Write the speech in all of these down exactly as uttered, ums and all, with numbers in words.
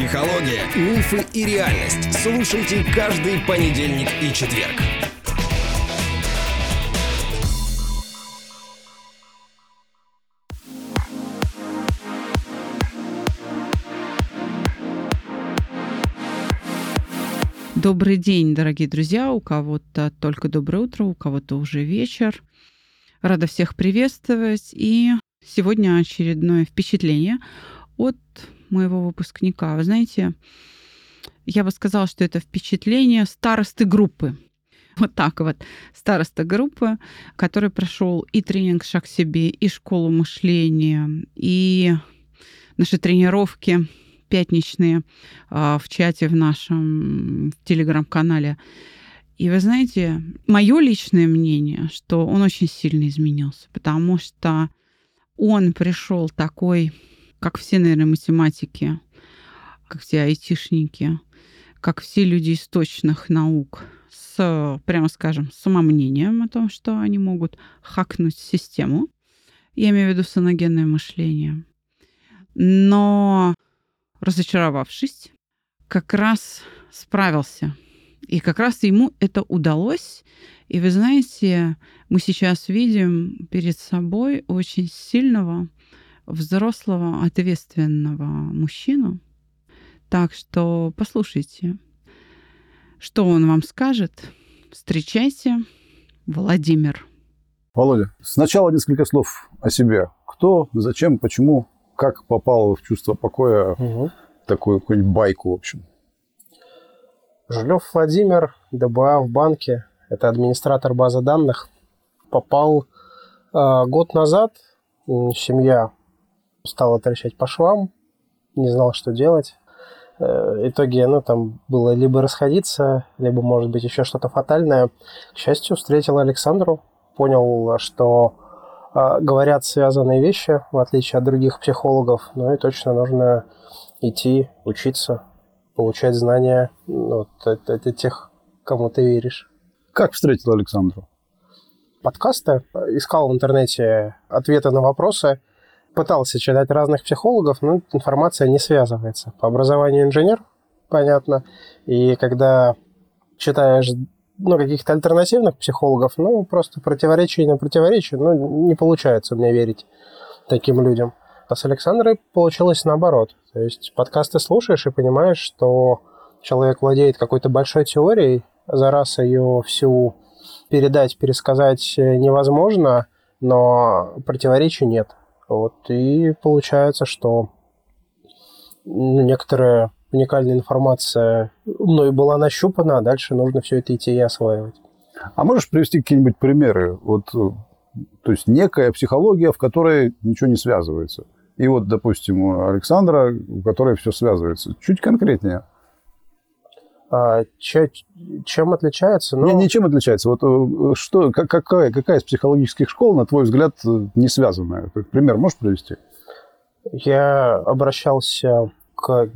Психология, мифы и реальность. Слушайте каждый понедельник и четверг. Добрый день, дорогие друзья. У кого-то только доброе утро, у кого-то уже вечер. Рада всех приветствовать. И сегодня очередное впечатление от моего выпускника. Вы знаете, я бы сказала, что это впечатление старосты группы. Вот так вот. Староста группы, который прошел и тренинг «Шаг к себе», и школу мышления, и наши тренировки пятничные в чате в нашем в телеграм-канале. И вы знаете, мое личное мнение, что он очень сильно изменился, потому что он пришел такой, как все, наверное, математики, как все айтишники, как все люди из точных наук, с, прямо скажем, самомнением о том, что они могут хакнуть систему. Я имею в виду саногенное мышление. Но разочаровавшись, как раз справился. И как раз ему это удалось. И вы знаете, мы сейчас видим перед собой очень сильного, взрослого, ответственного мужчину. Так что послушайте, что он вам скажет. Встречайте, Владимир. Володя, сначала несколько слов о себе. Кто, зачем, почему, как попал в чувство покоя, угу. такую какую-нибудь байку, в общем. Жулёв Владимир, ДБА в банке, это администратор базы данных. Попал э, год назад, семья стала трещать по швам, не знал, что делать. Э, в итоге, ну, там было либо расходиться, либо, может быть, еще что-то фатальное. К счастью, встретил Александру, понял, что э, говорят связанные вещи, в отличие от других психологов, ну и точно нужно идти, учиться, получать знания вот, от, от тех, кому ты веришь. Как встретил Александру? Подкасты. Искал в интернете ответы на вопросы. Пытался читать разных психологов, но информация не связывается. По образованию инженер, понятно. И когда читаешь ну, каких-то альтернативных психологов, ну, просто противоречие на противоречие, ну, не получается мне верить таким людям. А с Александрой получилось наоборот. То есть подкасты слушаешь и понимаешь, что человек владеет какой-то большой теорией, за раз ее всю передать, пересказать невозможно, но противоречий нет. Вот. И получается, что некоторая уникальная информация мной была нащупана, а дальше нужно все это идти и осваивать. А можешь привести какие-нибудь примеры? Вот, то есть некая психология, в которой ничего не связывается. И вот, допустим, у Александра, у которой все связывается. Чуть конкретнее. А, че, чем отличается? Ну... Не, ничем отличается. Вот что, какая, какая из психологических школ, на твой взгляд, не связанная? Пример можешь привести? Я обращался к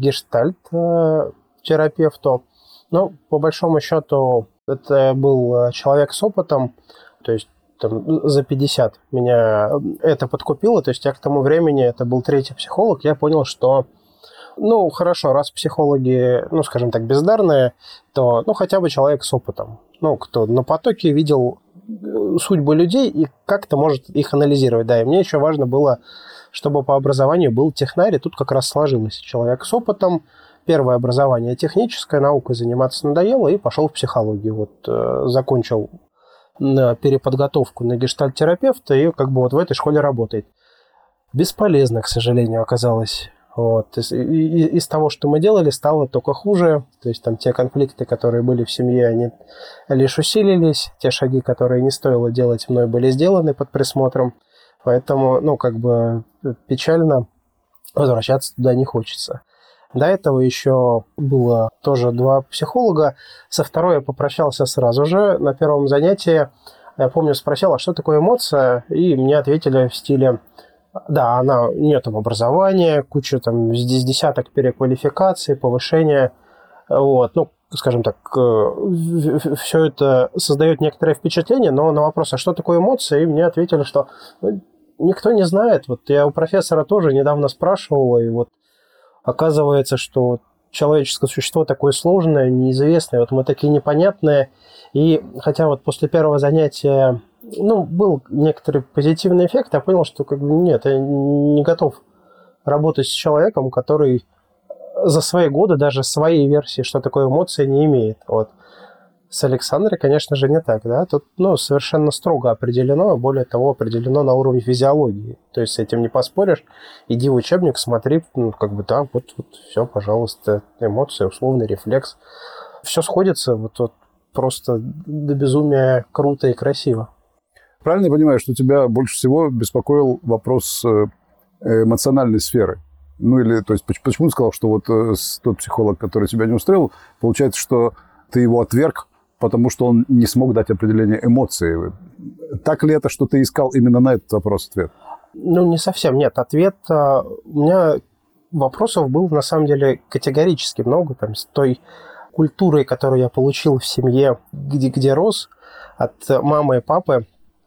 гештальт-терапевту. Ну, по большому счету, это был человек с опытом, то есть там, за пятьдесят меня это подкупило. То есть я к тому времени, это был третий психолог, я понял, что, ну, хорошо, раз психологи, ну, скажем так, бездарные, то, ну, хотя бы человек с опытом. Ну, кто на потоке видел судьбы людей и как-то может их анализировать. Да, и мне еще важно было, чтобы по образованию был технарь, и тут как раз сложилось. Человек с опытом, первое образование техническое, наукой заниматься надоело, и пошел в психологию. Вот э, закончил на переподготовку на гештальт-терапевта и как бы вот в этой школе работает. Бесполезно, к сожалению, оказалось. Вот. Из, из того, что мы делали, стало только хуже. То есть там те конфликты, которые были в семье, они лишь усилились. Те шаги, которые не стоило делать, мной были сделаны под присмотром. Поэтому, ну, как бы печально, возвращаться туда не хочется. До этого еще было тоже два психолога. Со второй я попрощался сразу же. На первом занятии, я помню, спросил, а что такое эмоция? И мне ответили в стиле, да, она, у нее там образование, куча там, здесь десяток переквалификаций, повышения. Вот, ну, скажем так, все это создает некоторое впечатление, но на вопрос, а что такое эмоции? И мне ответили, что никто не знает. Вот я у профессора тоже недавно спрашивал, и вот оказывается, что человеческое существо такое сложное, неизвестное, вот мы такие непонятные. И хотя вот после первого занятия, ну, был некоторый позитивный эффект, я понял, что как бы нет, я не готов работать с человеком, который за свои годы даже своей версии, что такое эмоции, не имеет. Вот. С Александрой, конечно же, не так, да, тут, ну, совершенно строго определено, более того, определено на уровне физиологии, то есть с этим не поспоришь, иди в учебник, смотри, ну, как бы, да, вот, вот все, пожалуйста, эмоции, условный рефлекс, все сходится, вот, вот просто до безумия круто и красиво. Правильно я понимаю, что тебя больше всего беспокоил вопрос эмоциональной сферы? Ну, или, то есть, почему ты сказал, что вот тот психолог, который тебя не устроил, получается, что ты его отверг, потому что он не смог дать определение эмоций. Так ли это, что ты искал именно на этот вопрос ответ? Ну, не совсем, нет. Ответ... У меня вопросов было, на самом деле, категорически много. Там, с той культурой, которую я получил в семье, где, где рос, от мамы и папы,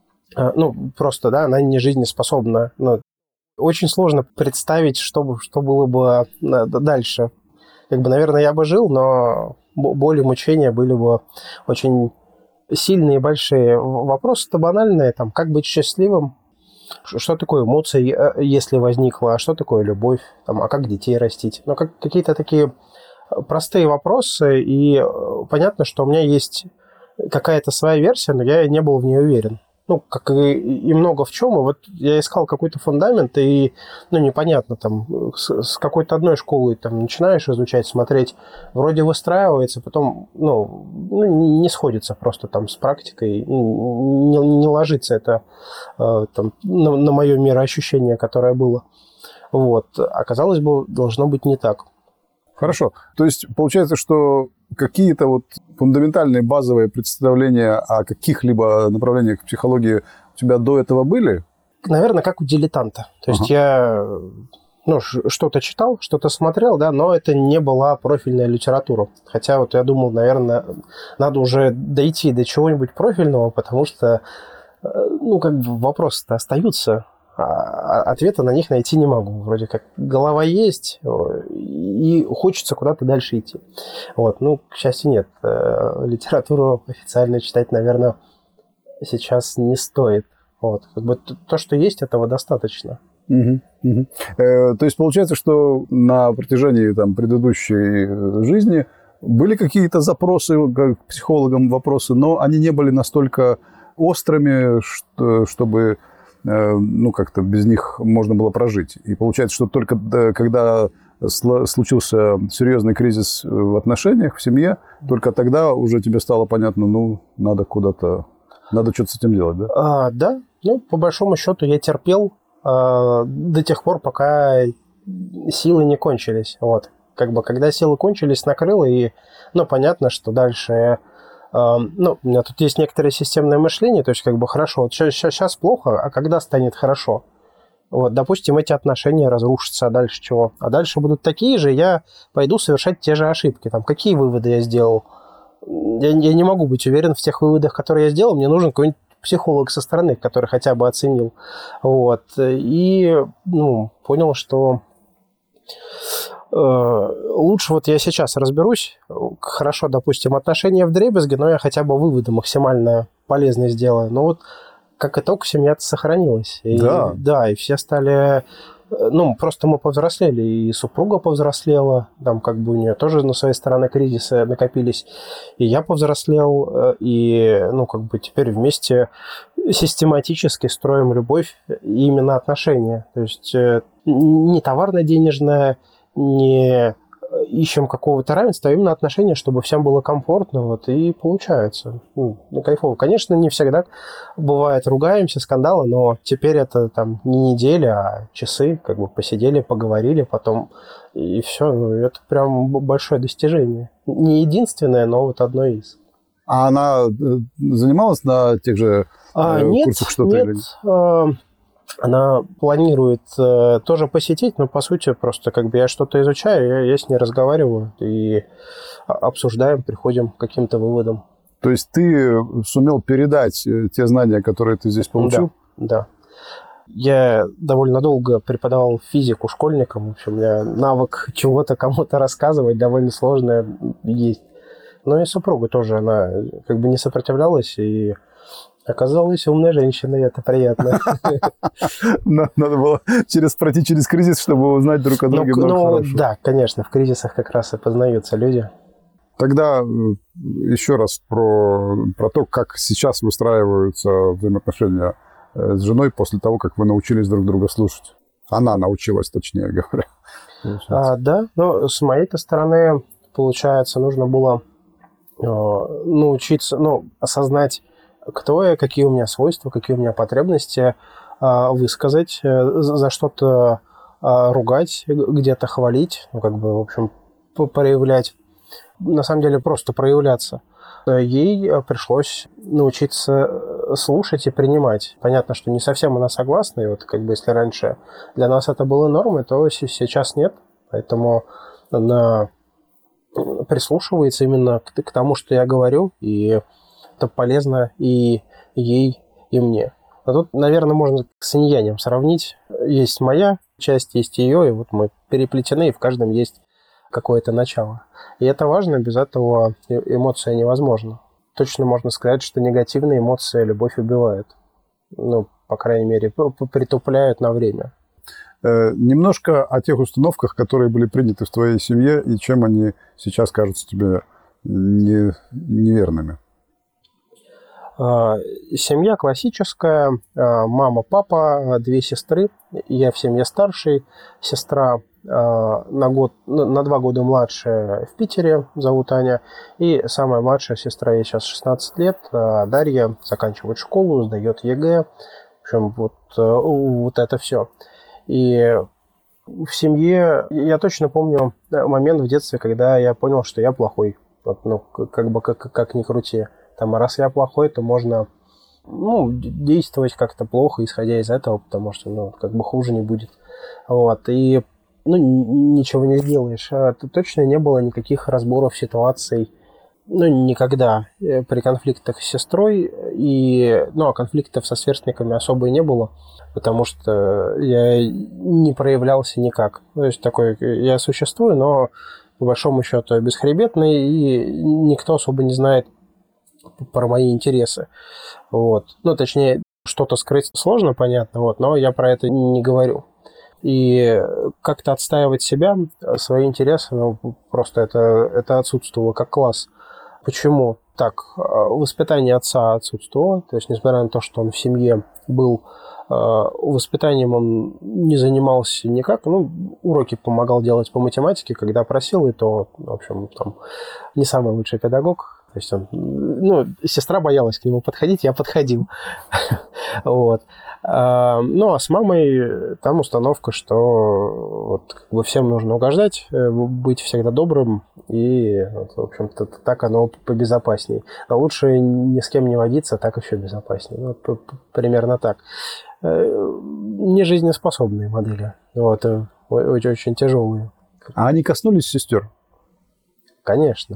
ну, просто, да, она не жизнеспособна. Ну, очень сложно представить, что, бы, что было бы дальше. Как бы, наверное, я бы жил, но боли, мучения были бы очень сильные и большие. Вопросы-то банальные, там, как быть счастливым, что такое эмоции, если возникла, а что такое любовь, там, а как детей растить. Ну, как, какие-то такие простые вопросы, и понятно, что у меня есть какая-то своя версия, но я не был в ней уверен. Ну, как и, и много в чем. И вот я искал какой-то фундамент, и, ну, непонятно, там, с, с какой-то одной школы там начинаешь изучать, смотреть, вроде выстраивается, потом, ну, ну не сходится просто там с практикой, не, не ложится это э, там, на, на мое мироощущение, которое было. Вот. Оказалось бы, должно быть не так. Хорошо. То есть получается, что какие-то вот фундаментальные базовые представления о каких-либо направлениях психологии у тебя до этого были? Наверное, как у дилетанта. То есть ага. я ну, что-то читал, что-то смотрел, да, но это не была профильная литература. Хотя вот я думал, наверное, надо уже дойти до чего-нибудь профильного, потому что, ну, как бы вопросы-то остаются, а ответа на них найти не могу. Вроде как голова есть, и хочется куда-то дальше идти. Вот. Ну, к счастью, нет. Литературу официально читать, наверное, сейчас не стоит. Вот. Как бы то, что есть, этого достаточно. Угу, угу. Э, то есть получается, что на протяжении там, предыдущей жизни были какие-то запросы к психологам, вопросы, но они не были настолько острыми, что, чтобы... ну, как-то без них можно было прожить. И получается, что только когда случился серьезный кризис в отношениях, в семье, только тогда уже тебе стало понятно, ну, надо куда-то, надо что-то с этим делать, да? А, да. Ну, по большому счету, я терпел а, до тех пор, пока силы не кончились. Вот. Как бы, когда силы кончились, накрыло, и, ну, понятно, что дальше... Ну, у меня тут есть некоторое системное мышление, то есть, как бы, хорошо, вот сейчас, сейчас плохо, а когда станет хорошо? Вот, допустим, эти отношения разрушатся, а дальше чего? А дальше будут такие же, я пойду совершать те же ошибки. Там, какие выводы я сделал? Я, я не могу быть уверен в тех выводах, которые я сделал, мне нужен какой-нибудь психолог со стороны, который хотя бы оценил. Вот, и, ну, понял, что... Лучше вот я сейчас разберусь, хорошо, допустим, отношения вдребезги, но я хотя бы выводы максимально полезные сделаю. Но вот как итог семья-то сохранилась. И, да. Да, и все стали... Ну, просто мы повзрослели, и супруга повзрослела, там как бы у нее тоже на своей стороне кризисы накопились, и я повзрослел, и, ну, как бы теперь вместе систематически строим любовь и именно отношения. То есть не товарно-денежное, не ищем какого-то равенства, а именно отношения, чтобы всем было комфортно, вот, и получается. Ну, кайфово. Конечно, не всегда бывает, ругаемся, скандалы, но теперь это там не неделя, а часы, как бы посидели, поговорили, потом, и все. Ну, это прям большое достижение. Не единственное, но вот одно из. А она занималась на тех же а, э, нет, курсах что-то? Нет, или... э, она планирует э, тоже посетить, но, по сути, просто как бы я что-то изучаю, я, я с ней разговариваю и обсуждаем, приходим к каким-то выводам. То есть ты сумел передать те знания, которые ты здесь получил? Да, Я довольно долго преподавал физику школьникам. В общем, у меня навык чего-то кому-то рассказывать довольно сложное есть. Но и супруга тоже, она как бы не сопротивлялась, и оказалась умная женщина, и это приятно. Надо было через, пройти через кризис, чтобы узнать друг о друге много Ну, хорошего. да, конечно, в кризисах как раз и познаются люди. Тогда еще раз про, про то, как сейчас выстраиваются взаимоотношения с женой после того, как вы научились друг друга слушать. Она научилась, точнее говоря. А, да, но с моей-то стороны, получается, нужно было э, научиться, ну, осознать, кто я, какие у меня свойства, какие у меня потребности, э, высказать, э, за, за что-то э, ругать, где-то хвалить, ну, как бы, в общем, проявлять. На самом деле, просто проявляться. Ей пришлось научиться слушать и принимать. Понятно, что не совсем она согласна, и вот как бы если раньше для нас это было нормой, то сейчас нет. Поэтому она прислушивается именно к, к тому, что я говорю, и это полезно и ей, и мне. А тут, наверное, можно с инь-янем сравнить. Есть моя часть, есть ее, и вот мы переплетены, и в каждом есть какое-то начало. И это важно, без этого эмоция невозможна. Точно можно сказать, что негативные эмоции любовь убивают. Ну, по крайней мере, притупляют на время. Э, немножко о тех установках, которые были приняты в твоей семье, и чем они сейчас кажутся тебе не, неверными. Семья классическая. Мама, папа, две сестры. Я в семье старший. Сестра на год, на два года младше в Питере, зовут Аня. И самая младшая сестра, ей сейчас шестнадцать лет, Дарья, заканчивает школу, сдает ЕГЭ. В общем, вот, вот это все. И в семье я точно помню момент в детстве, когда я понял, что я плохой. Вот, ну, как бы как, как ни крути. Там, а раз я плохой, то можно, ну, действовать как-то плохо, исходя из этого, потому что, ну, как бы хуже не будет. Вот. И, ну, ничего не сделаешь. А точно не было никаких разборов ситуаций, ну, никогда при конфликтах с сестрой. И, ну, а конфликтов со сверстниками особо и не было, потому что я не проявлялся никак. То есть такой, я существую, но по большому счету я бесхребетный, и никто особо не знает про мои интересы. Вот. Ну, точнее, что-то скрыть сложно, понятно, вот, но я про это не говорю. И как-то отстаивать себя, свои интересы, ну, просто это, это отсутствовало как класс. Почему? Так, воспитание отца отсутствовало, то есть, несмотря на то, что он в семье был, воспитанием он не занимался никак, ну, уроки помогал делать по математике, когда просил, и то, в общем, там, не самый лучший педагог. То есть он, ну, сестра боялась к нему подходить, я подходил. Вот. Ну, а с мамой там установка, что вот, как бы всем нужно угождать, быть всегда добрым, и, вот, в общем-то, так оно побезопасней. А лучше ни с кем не водиться, так еще безопаснее. Ну, примерно так. Не жизнеспособные модели. Вот, очень, очень тяжелые. А они коснулись сестер? Конечно.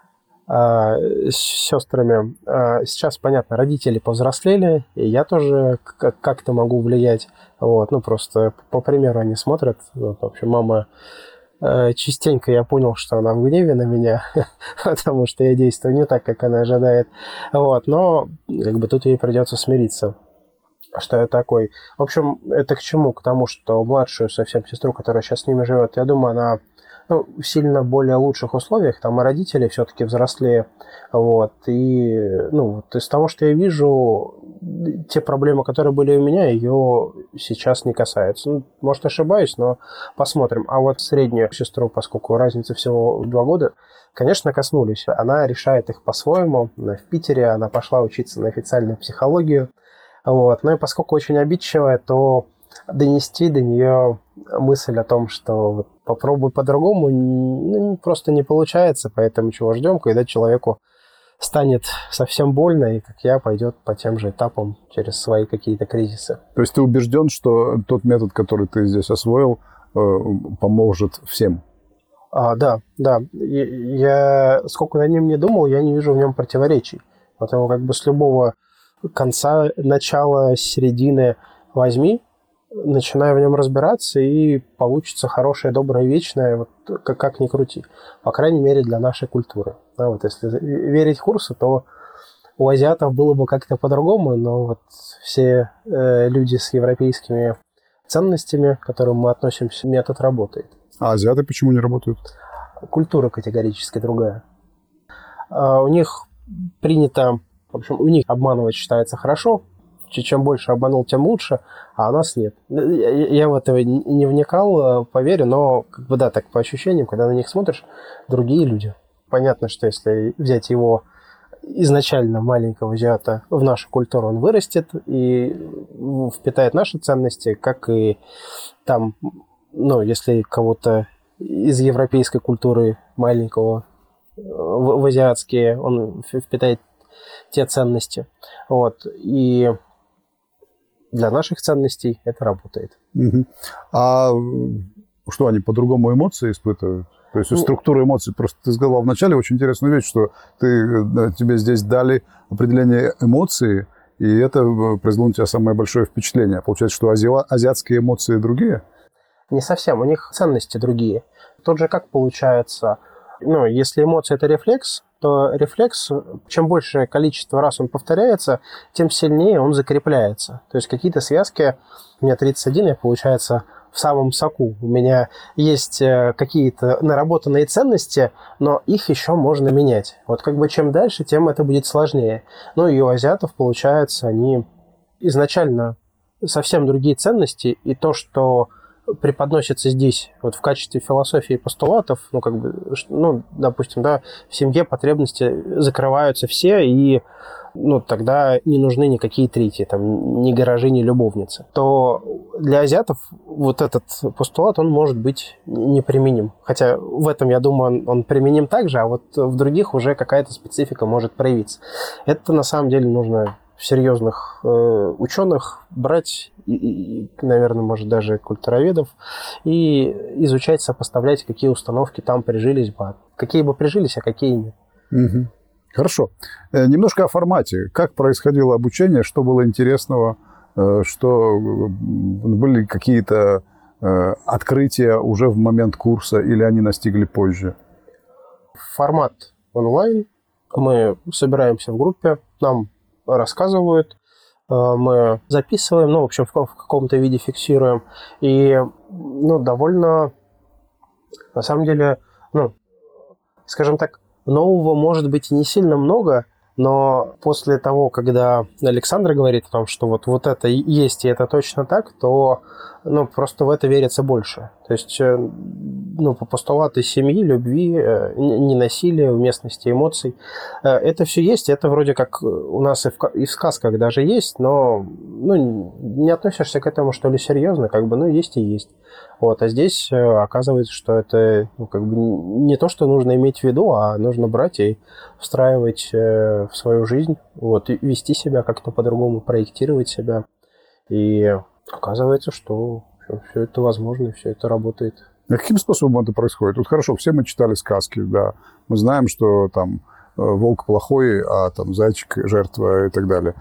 С сестрами. Сейчас, понятно, родители повзрослели, и я тоже как-то могу влиять. Вот. Ну, просто по примеру они смотрят. Вот, в общем, мама частенько, я понял, что она в гневе на меня, потому что я действую не так, как она ожидает. Вот. Но как бы тут ей придется смириться, что я такой. В общем, это к чему? К тому, что младшую совсем сестру, которая сейчас с ними живет, я думаю, она, ну, в сильно более лучших условиях, там и родители все-таки взрослее, вот, и, ну, вот из того, что я вижу, те проблемы, которые были у меня, ее сейчас не касаются. Ну, может, ошибаюсь, но посмотрим. А вот среднюю сестру, поскольку разница всего два года, конечно, коснулись. Она решает их по-своему. Она в Питере, она пошла учиться на официальную психологию, вот, ну, и поскольку очень обидчивая, то донести до нее мысль о том, что вот попробуй по-другому, ну, просто не получается, поэтому чего ждем, когда человеку станет совсем больно, и, как я, пойдет по тем же этапам через свои какие-то кризисы. То есть ты убежден, что тот метод, который ты здесь освоил, поможет всем? А, да, да. Я, сколько над ним не думал, я не вижу в нем противоречий. Потому как бы с любого конца, начала, середины возьми, начинай в нем разбираться, и получится хорошее, доброе, вечное, вот, как, как ни крути. По крайней мере, для нашей культуры. Да, вот если верить Хурсу, то у азиатов было бы как-то по-другому, но вот все э, люди с европейскими ценностями, к которым мы относимся, метод работает. А азиаты почему не работают? Культура категорически другая. А у них принято, в общем, у них обманывать считается хорошо. Чем больше обманул, тем лучше, а у нас нет. Я, я в это не вникал, поверю, но как бы да, так по ощущениям, когда на них смотришь, другие люди. Понятно, что если взять его изначально маленького азиата в нашу культуру, он вырастет и впитает наши ценности, как и там, ну, если кого-то из европейской культуры маленького в, в азиатские, он впитает те ценности. Вот. И для наших ценностей это работает. Угу. А что, они по-другому эмоции испытывают? То есть ну, структура эмоций, просто ты сказал вначале очень интересную вещь, что ты, тебе здесь дали определение эмоций, и это произвело на тебя самое большое впечатление. Получается, что ази... азиатские эмоции другие? Не совсем, у них ценности другие. Тут же как получается, ну, если эмоция – это рефлекс, то рефлекс, чем большее количество раз он повторяется, тем сильнее он закрепляется. То есть какие-то связки, у меня тридцать один, я, получается, в самом соку. У меня есть какие-то наработанные ценности, но их еще можно менять. Вот как бы чем дальше, тем это будет сложнее. Ну и у азиатов, получается, они изначально совсем другие ценности, и то, что преподносится здесь вот в качестве философии постулатов, ну, как бы, ну, допустим, да, в семье потребности закрываются все, и, ну, тогда не нужны никакие третьи, там, ни гаражи, ни любовницы, то для азиатов вот этот постулат, он может быть неприменим. Хотя в этом, я думаю, он, он применим также, а вот в других уже какая-то специфика может проявиться. Это, на самом деле, нужно серьезных э, ученых брать, и, и, наверное, может, даже культуроведов, и изучать, сопоставлять, какие установки там прижились бы, какие бы прижились, а какие нет. Угу. Хорошо. Э, немножко о формате. Как происходило обучение, что было интересного, э, что были какие-то э, открытия уже в момент курса, или они настигли позже? Формат онлайн. Мы собираемся в группе, нам рассказывают, мы записываем, ну, в общем, в каком-то виде фиксируем. И, ну, довольно, на самом деле, ну, скажем так, нового может быть не сильно много, но после того, когда Александр говорит о том, что вот, вот это есть и это точно так, то, ну, просто в это верится больше. То есть, ну, постулаты семьи, любви, ненасилия, уместности эмоций, это все есть, это вроде как у нас и в, и в сказках даже есть, но, ну, не относишься к этому, что ли, серьезно, как бы, ну, есть и есть. Вот, а здесь оказывается, что это, ну, как бы не то, что нужно иметь в виду, а нужно брать и встраивать в свою жизнь, вот, и вести себя как-то по-другому, проектировать себя. И оказывается, что все это возможно, все это работает. А каким способом это происходит? Вот хорошо, все мы читали сказки, да, мы знаем, что там волк плохой, а там зайчик жертва и так далее.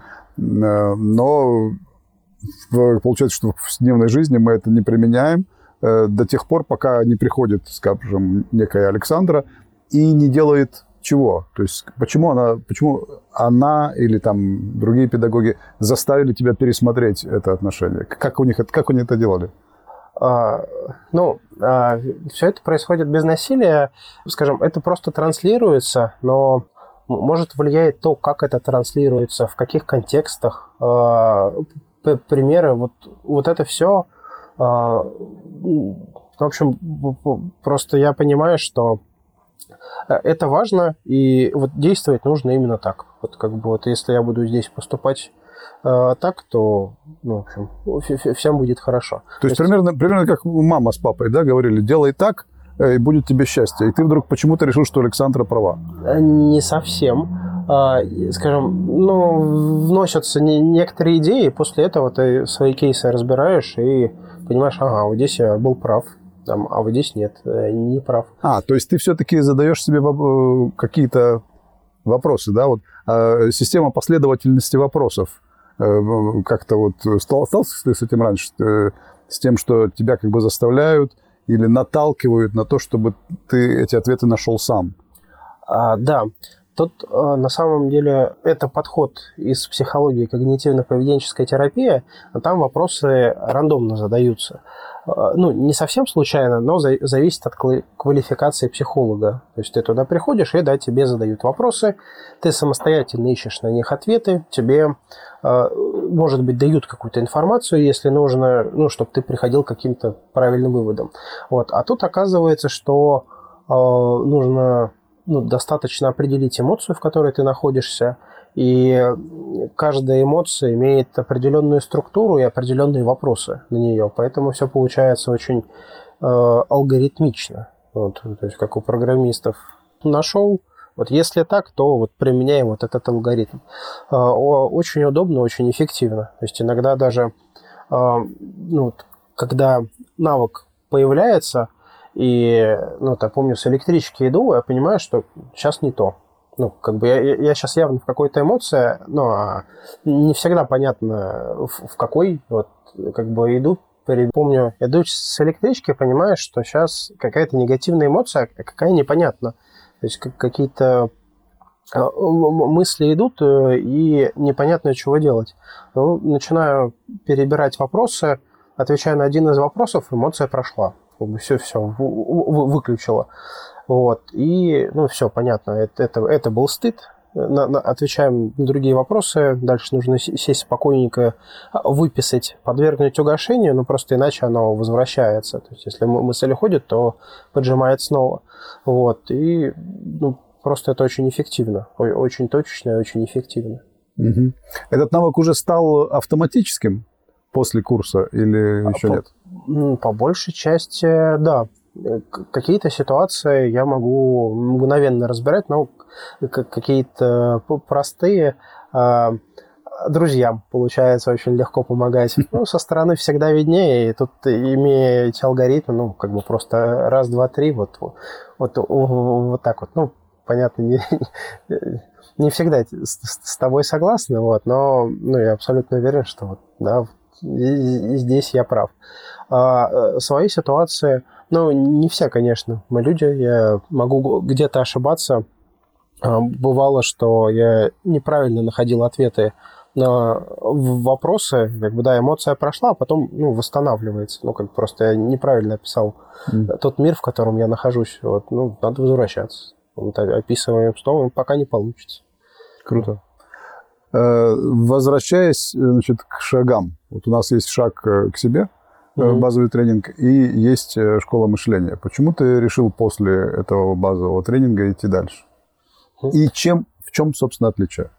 Но получается, что в повседневной жизни мы это не применяем до тех пор, пока не приходит, скажем, некая Александра и не делает чего? То есть почему она, почему она или там другие педагоги заставили тебя пересмотреть это отношение? Как у них это, как они это делали? А, ну, а, все это происходит без насилия. Скажем, это просто транслируется, но может влияет то, как это транслируется, в каких контекстах. А, примеры, вот, вот это все. А, в общем, просто я понимаю, что это важно, и вот действовать нужно именно так. Вот как бы вот если я буду здесь поступать э, так, то, ну, в общем, всем будет хорошо. То, то есть, есть примерно, примерно как мама с папой, да, говорили, делай так, и будет тебе счастье. И ты вдруг почему-то решил, что Александра права. Не совсем. Скажем, ну, вносятся некоторые идеи, и после этого ты свои кейсы разбираешь и понимаешь, ага, вот здесь я был прав. Там, а вот здесь нет, не прав. А, то есть ты все-таки задаешь себе какие-то вопросы, да? Вот система последовательности вопросов. Как-то вот сталкивался ты с этим раньше, с тем, что тебя как бы заставляют или наталкивают на то, чтобы ты эти ответы нашел сам? А, да. Тут на самом деле это подход из психологии когнитивно-поведенческой терапии, а там вопросы рандомно задаются. Ну, не совсем случайно, но зависит от квалификации психолога. То есть ты туда приходишь, и да, тебе задают вопросы, ты самостоятельно ищешь на них ответы, тебе, может быть, дают какую-то информацию, если нужно, ну, чтобы ты приходил к каким-то правильным выводам. Вот. А тут оказывается, что нужно... Ну, достаточно определить эмоцию, в которой ты находишься, и каждая эмоция имеет определенную структуру и определенные вопросы на нее, поэтому все получается очень э, алгоритмично, вот, то есть как у программистов. Нашел, вот если так, то вот применяем вот этот алгоритм. Э, очень удобно, очень эффективно. То есть иногда даже, э, ну, когда навык появляется, и, ну, я помню, с электрички иду, я понимаю, что сейчас не то. Ну, как бы я, я сейчас явно в какой-то эмоции, но не всегда понятно, в, в какой. Вот, как бы иду, помню, иду с электрички, понимаю, что сейчас какая-то негативная эмоция, а какая непонятна. То есть как, какие-то мысли идут, и непонятно, чего делать. Ну, начинаю перебирать вопросы, отвечая на один из вопросов, эмоция прошла. Все, все, выключила. Вот. И, ну, все, понятно, это, это, это был стыд. На, на, отвечаем на другие вопросы. Дальше нужно сесть спокойненько, выписать, подвергнуть угошению, но просто иначе оно возвращается. То есть, если мысль уходит, то поджимает снова. Вот. И, ну, просто это очень эффективно. Очень точечно и очень эффективно. Угу. Этот навык уже стал автоматическим после курса или еще по, нет? По большей части, да. Какие-то ситуации я могу мгновенно разбирать, но какие-то простые друзьям, получается, очень легко помогать. Ну, со стороны всегда виднее, и тут, имея эти алгоритмы, ну, как бы просто раз, два, три, вот, вот, вот так вот. Ну, понятно, не, не всегда с, с тобой согласны, вот, но ну, я абсолютно уверен, что вот, да, и здесь я прав. А свои ситуации, ну, не все, конечно, мы люди, я могу где-то ошибаться. Бывало, что я неправильно находил ответы на вопросы, как бы, да, эмоция прошла, а потом, ну, восстанавливается. Ну, как просто я неправильно описал mm. тот мир, в котором я нахожусь. Вот, ну, надо возвращаться. Вот, описываемым словом пока не получится. Круто. Возвращаясь, значит, к шагам. Вот у нас есть шаг к себе, mm-hmm. базовый тренинг, и есть школа мышления. Почему ты решил после этого базового тренинга идти дальше? Mm-hmm. И чем, в чем, собственно, отличие?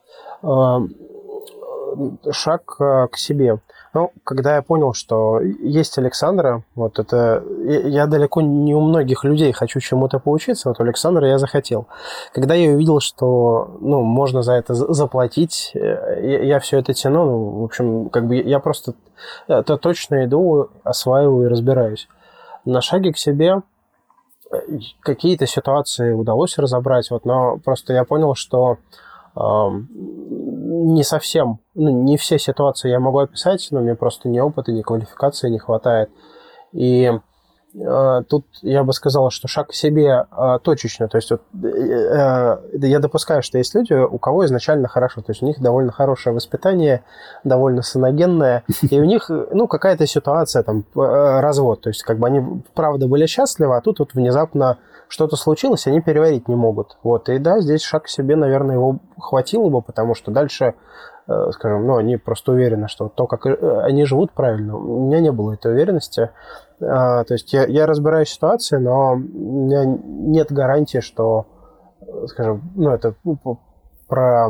Шаг к себе. Ну, когда я понял, что есть Александра, вот это... Я далеко не у многих людей хочу чему-то поучиться, вот у Александра я захотел. Когда я увидел, что, ну, можно за это заплатить, я, я все это тяну, ну, в общем, как бы я просто это точно иду, осваиваю и разбираюсь. На шаге к себе какие-то ситуации удалось разобрать, вот, но просто я понял, что не совсем, ну, не все ситуации я могу описать, но мне просто ни опыта, ни квалификации не хватает. И э, тут я бы сказал, что шаг к себе э, точечно. То есть вот, э, я допускаю, что есть люди, у кого изначально хорошо. То есть у них довольно хорошее воспитание, довольно саногенное, и у них, ну, какая-то ситуация, там, развод. То есть как бы они, правда, были счастливы, а тут вот внезапно что-то случилось, они переварить не могут. Вот. И да, здесь шаг к себе, наверное, его хватило бы, потому что дальше, э, скажем, ну, они просто уверены, что то, как они живут правильно. У меня не было этой уверенности. А, то есть я, я разбираю ситуации, но у меня нет гарантии, что, скажем, ну, это про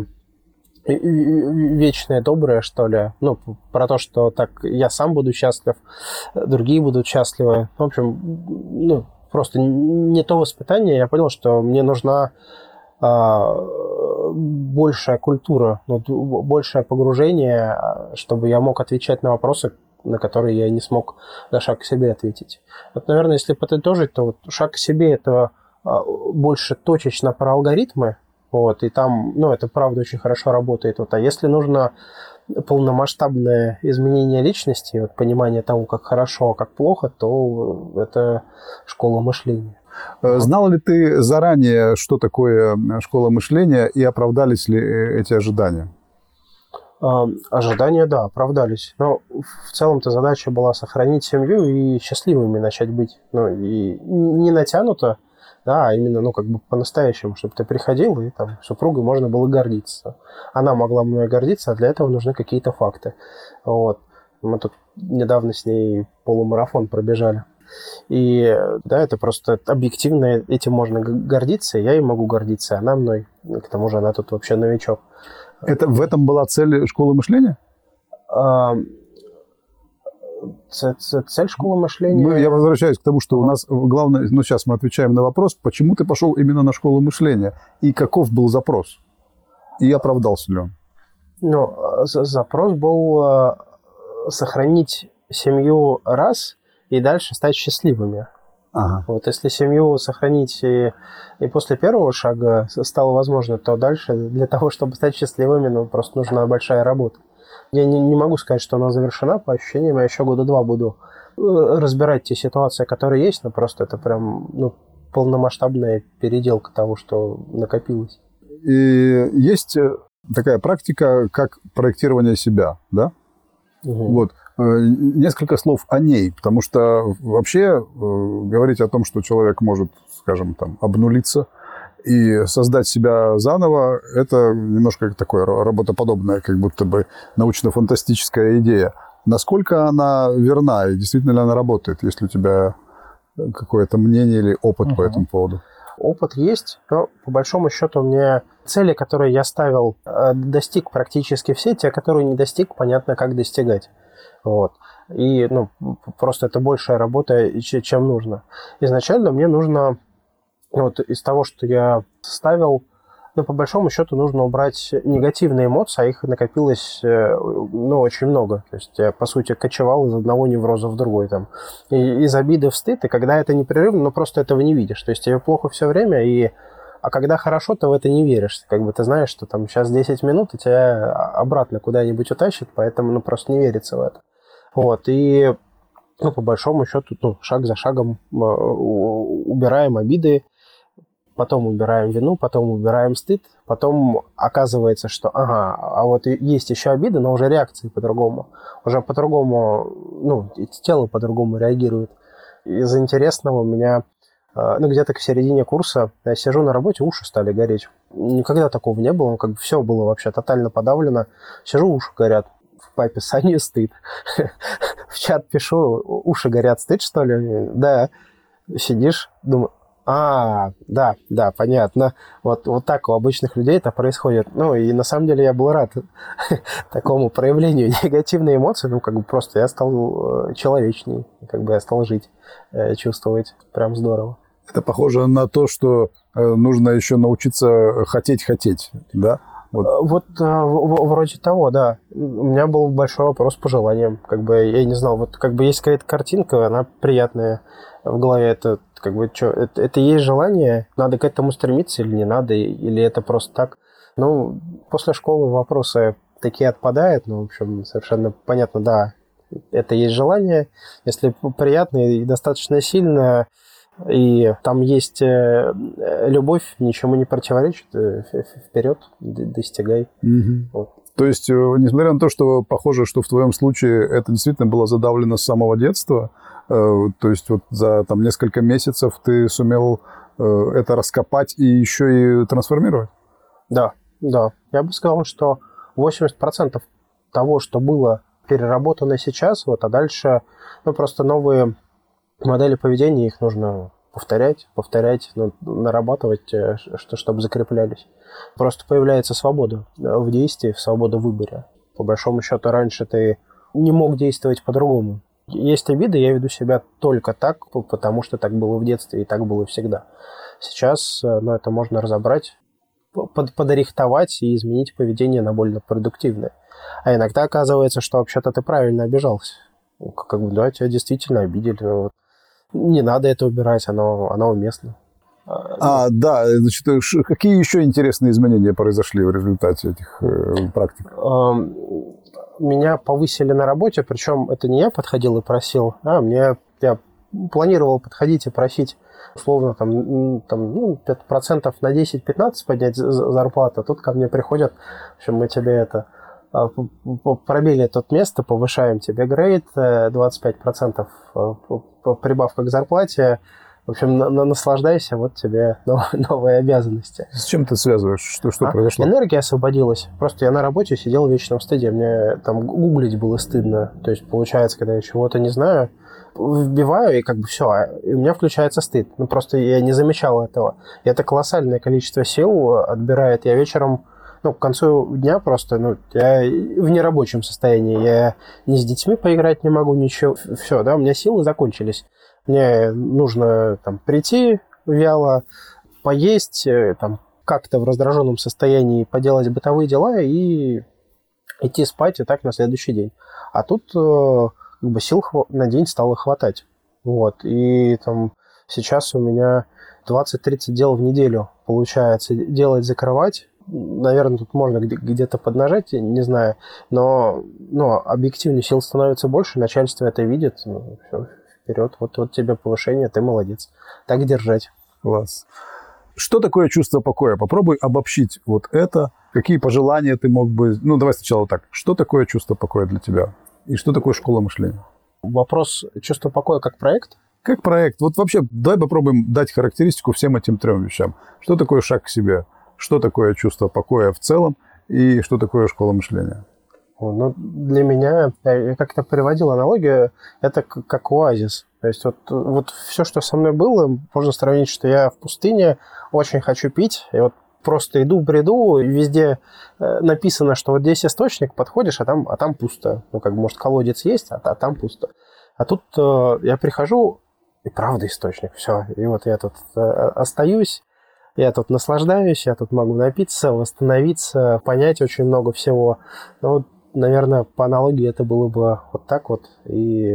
вечное доброе, что ли. Ну, про то, что так я сам буду счастлив, другие будут счастливы. В общем, ну, просто не то воспитание. Я понял, что мне нужна а, большая культура, большее погружение, чтобы я мог отвечать на вопросы, на которые я не смог на шаг к себе ответить. Вот, наверное, если подытожить, то вот шаг к себе – это а, больше точечно про алгоритмы, вот, и там, ну, это правда очень хорошо работает. Вот, а если нужно полномасштабное изменение личности, вот понимание того, как хорошо, а как плохо, то это школа мышления. Знал ли ты заранее, что такое школа мышления, и оправдались ли эти ожидания? Ожидания, да, оправдались. Но в целом-то задача была сохранить семью и счастливыми начать быть. Ну, и не натянуто, да, а именно, ну, как бы по-настоящему, чтобы ты приходил, и там супругой можно было гордиться. Она могла мной гордиться, а для этого нужны какие-то факты. Вот. Мы тут недавно с ней полумарафон пробежали. И да, это просто объективно, этим можно гордиться, я ей могу гордиться, она мной. К тому же она тут вообще новичок. Это, в этом была цель школы мышления? А, цель школы мышления... Мы, я возвращаюсь к тому, что у нас главное... Ну, сейчас мы отвечаем на вопрос, почему ты пошел именно на школу мышления, и каков был запрос, и оправдался ли он? Ну, запрос был сохранить семью раз и дальше стать счастливыми. Ага. Вот если семью сохранить и, и после первого шага стало возможно, то дальше для того, чтобы стать счастливыми, ну, просто нужна большая работа. Я не, не могу сказать, что она завершена, по ощущениям, я еще года два буду разбирать те ситуации, которые есть, но просто это прям, ну, полномасштабная переделка того, что накопилось. И есть такая практика, как проектирование себя, да? Угу. Вот. Несколько слов о ней, потому что вообще говорить о том, что человек может, скажем, там, обнулиться и создать себя заново, это немножко такое работоподобная, как будто бы научно-фантастическая идея. Насколько она верна и действительно ли она работает, если у тебя какое-то мнение или опыт угу. по этому поводу? Опыт есть, но по большому счету мне цели, которые я ставил, достиг практически все, те, которые не достиг, понятно, как достигать. Вот. И ну, просто это большая работа, чем нужно. Изначально мне нужно, вот из того, что я ставил, ну, по большому счету нужно убрать негативные эмоции, а их накопилось, ну, очень много. То есть я, по сути, кочевал из одного невроза в другой. Там. И, из обиды в стыд, и когда это непрерывно, ну, просто этого не видишь. То есть тебе плохо все время, и... а когда хорошо, ты в это не веришь. Как бы ты знаешь, что там сейчас десять минут, и тебя обратно куда-нибудь утащит, поэтому ну, просто не верится в это. Вот, и ну, по большому счету, ну, шаг за шагом убираем обиды, потом убираем вину, потом убираем стыд, потом оказывается, что ага, а вот есть еще обиды, но уже реакции по-другому. Уже по-другому, ну, тело по-другому реагирует. Из интересного у меня, ну, где-то к середине курса я сижу на работе, уши стали гореть. Никогда такого не было, как бы все было вообще тотально подавлено. Сижу, уши горят. По описанию стыд. В чат пишу, уши горят, стыд, что ли? Да. Сидишь, думаю, а, да, да, понятно. Вот, вот так у обычных людей это происходит. Ну, и на самом деле я был рад такому проявлению негативной эмоции. Ну, как бы просто я стал человечней, как бы я стал жить, чувствовать. Прям здорово. Это похоже на то, что нужно еще научиться хотеть-хотеть, да? Вот, вот в, вроде того, да. У меня был большой вопрос по желаниям. Как бы я не знал, вот как бы есть какая-то картинка, она приятная в голове. Это как бы что, это, это есть желание, надо к этому стремиться или не надо, или это просто так. Ну, после школы вопросы такие отпадают, ну, в общем, совершенно понятно, да, это есть желание. Если приятно и достаточно сильно, и там есть любовь, ничему не противоречит, вперед, достигай. Угу. Вот. То есть, несмотря на то, что похоже, что в твоем случае это действительно было задавлено с самого детства, то есть вот за там, несколько месяцев ты сумел это раскопать и еще и трансформировать? Да, да. Я бы сказал, что восемьдесят процентов того, что было переработано сейчас, вот, а дальше ну, просто новые модели поведения, их нужно повторять, повторять, ну, нарабатывать, что, чтобы закреплялись. Просто появляется свобода в действии, свобода в выборе. По большому счету, раньше ты не мог действовать по-другому. Есть обиды, я веду себя только так, потому что так было в детстве и так было всегда. Сейчас ну, это можно разобрать, под, подрихтовать и изменить поведение на более продуктивное. А иногда оказывается, что вообще-то ты правильно обижался. Как бы, да, тебя действительно обидели. Вот. Не надо это убирать, оно, оно уместно. А, да, значит, какие еще интересные изменения произошли в результате этих э, практик? меня повысили на работе, причем это не я подходил и просил, а мне я планировал подходить и просить условно там, там ну, процентов на десять-пятнадцать поднять зарплату, а тут ко мне приходят, в общем, мы тебе это пробили это место, повышаем тебе грейд, двадцать пять процентов прибавка к зарплате. В общем, на, на, наслаждайся, вот тебе новые, новые обязанности. С чем ты связываешь? Что, что а? произошло? Энергия освободилась. Просто я на работе сидел в вечном стыде. Мне там гуглить было стыдно. То есть, получается, когда я чего-то не знаю, вбиваю, и как бы все, и у меня включается стыд. Ну, просто я не замечал этого. И это колоссальное количество сил отбирает. Я вечером, ну, к концу дня просто, ну, я в нерабочем состоянии. Я ни с детьми поиграть не могу, ничего. Все, да, у меня силы закончились. Мне нужно там прийти вяло, поесть, там, как-то в раздраженном состоянии поделать бытовые дела и идти спать, и так на следующий день. А тут как бы сил на день стало хватать. Вот. И там сейчас у меня двадцать-тридцать дел в неделю получается делать, закрывать. Наверное, тут можно где-то поднажать, не знаю. Но, но объективно сил становится больше, начальство это видит. Ну, все. Вперед, вот, вот тебе повышение, ты молодец. Так держать. Класс. Что такое чувство покоя? Попробуй обобщить вот это. Какие пожелания ты мог бы... Ну, давай сначала так. Что такое чувство покоя для тебя? И что такое школа мышления? Вопрос чувства покоя как проект? Как проект. Вот вообще, давай попробуем дать характеристику всем этим трем вещам. Что такое шаг к себе? Что такое чувство покоя в целом? И что такое школа мышления? Ну, для меня, я как-то приводил аналогию, это как оазис. То есть вот, вот все, что со мной было, можно сравнить, что я в пустыне, очень хочу пить, и вот просто иду в бреду, и везде написано, что вот здесь источник, подходишь, а там, а там пусто. Ну, как бы, может, колодец есть, а, а там пусто. А тут э, я прихожу, и правда источник, все. И вот я тут э, остаюсь, я тут наслаждаюсь, я тут могу напиться, восстановиться, понять очень много всего. Но вот, наверное, по аналогии это было бы вот так вот. И,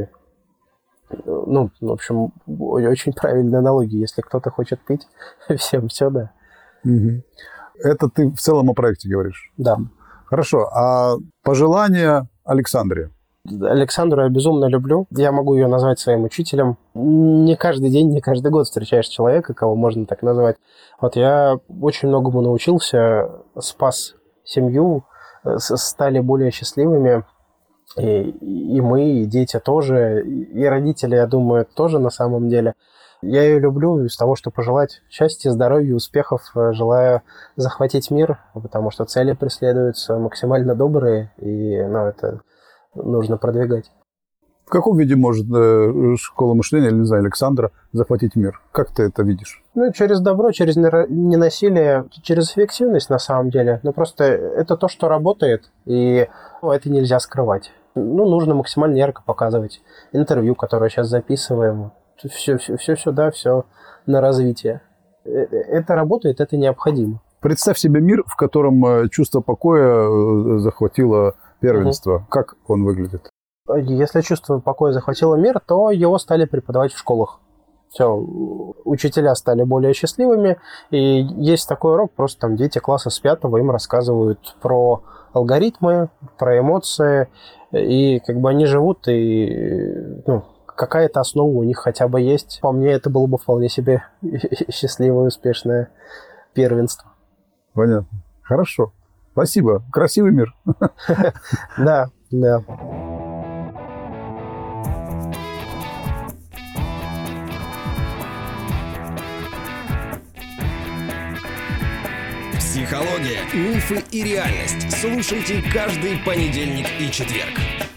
ну, в общем, очень правильная аналогия. Если кто-то хочет пить, всем все, да. Угу. Это ты в целом о проекте говоришь? Да. Хорошо. А пожелания Александре? Александру я безумно люблю. Я могу ее назвать своим учителем. Не каждый день, не каждый год встречаешь человека, кого можно так назвать. Вот я очень многому научился, спас семью, стали более счастливыми, и, и мы, и дети тоже, и родители, я думаю, тоже на самом деле. Я ее люблю из того, что пожелать счастья, здоровья, успехов, желаю захватить мир, потому что цели преследуются максимально добрые, и ну, это нужно продвигать. В каком виде может э, школа мышления, или, не знаю, Александра захватить мир? Как ты это видишь? Ну, через добро, через ненасилие, через эффективность, на самом деле. Ну, просто это то, что работает, и ну, это нельзя скрывать. Ну, нужно максимально ярко показывать интервью, которое сейчас записываем. Все, все, все сюда, все на развитие. Это работает, это необходимо. Представь себе мир, в котором чувство покоя захватило первенство. Угу. Как он выглядит? Если чувство покоя захватило мир, то его стали преподавать в школах. Все, учителя стали более счастливыми, и есть такой урок, просто там дети класса с пятого им рассказывают про алгоритмы, про эмоции, и как бы они живут, и ну, какая-то основа у них хотя бы есть. По мне, это было бы вполне себе счастливое, успешное первенство. Понятно. Хорошо. Спасибо. Красивый мир. Да, да. Психология, мифы и реальность. Слушайте каждый понедельник и четверг.